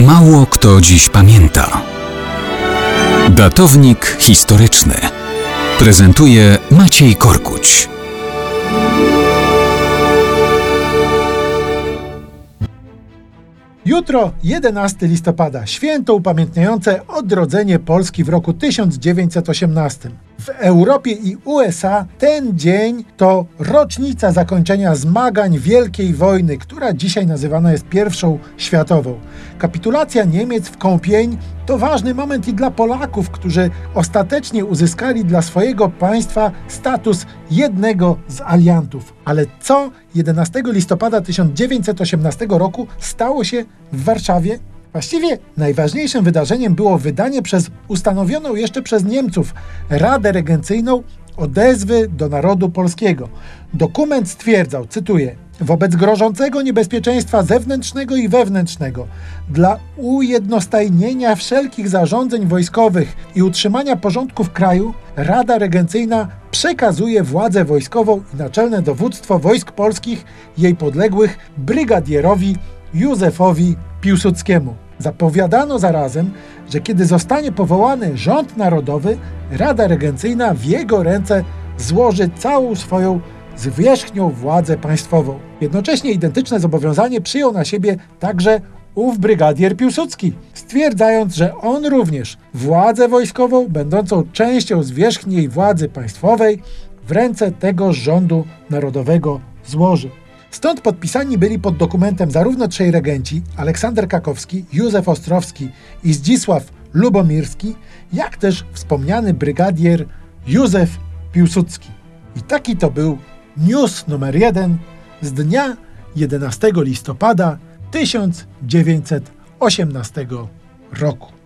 Mało kto dziś pamięta. Datownik historyczny prezentuje Maciej Korkuć. Jutro, 11 listopada, święto upamiętniające odrodzenie Polski w roku 1918. W Europie i USA ten dzień to rocznica zakończenia zmagań Wielkiej Wojny, która dzisiaj nazywana jest I światową. Kapitulacja Niemiec w Kąpień to ważny moment i dla Polaków, którzy ostatecznie uzyskali dla swojego państwa status jednego z aliantów. Ale co 11 listopada 1918 roku stało się w Warszawie? Właściwie najważniejszym wydarzeniem było wydanie przez ustanowioną jeszcze przez Niemców Radę Regencyjną odezwy do narodu polskiego. Dokument stwierdzał, cytuję: wobec grożącego niebezpieczeństwa zewnętrznego i wewnętrznego, dla ujednostajnienia wszelkich zarządzeń wojskowych i utrzymania porządku w kraju, Rada Regencyjna przekazuje władzę wojskową i naczelne dowództwo wojsk polskich jej podległych brygadierowi Józefowi Piłsudskiemu. Zapowiadano zarazem, że kiedy zostanie powołany rząd narodowy, Rada Regencyjna w jego ręce złoży całą swoją zwierzchnią władzę państwową. Jednocześnie identyczne zobowiązanie przyjął na siebie także ów brygadier Piłsudski, stwierdzając, że on również władzę wojskową, będącą częścią zwierzchniej władzy państwowej, w ręce tego rządu narodowego złoży. Stąd podpisani byli pod dokumentem zarówno trzej regenci, Aleksander Kakowski, Józef Ostrowski i Zdzisław Lubomirski, jak też wspomniany brygadier Józef Piłsudski. I taki to był news numer 1 z dnia 11 listopada 1918 roku.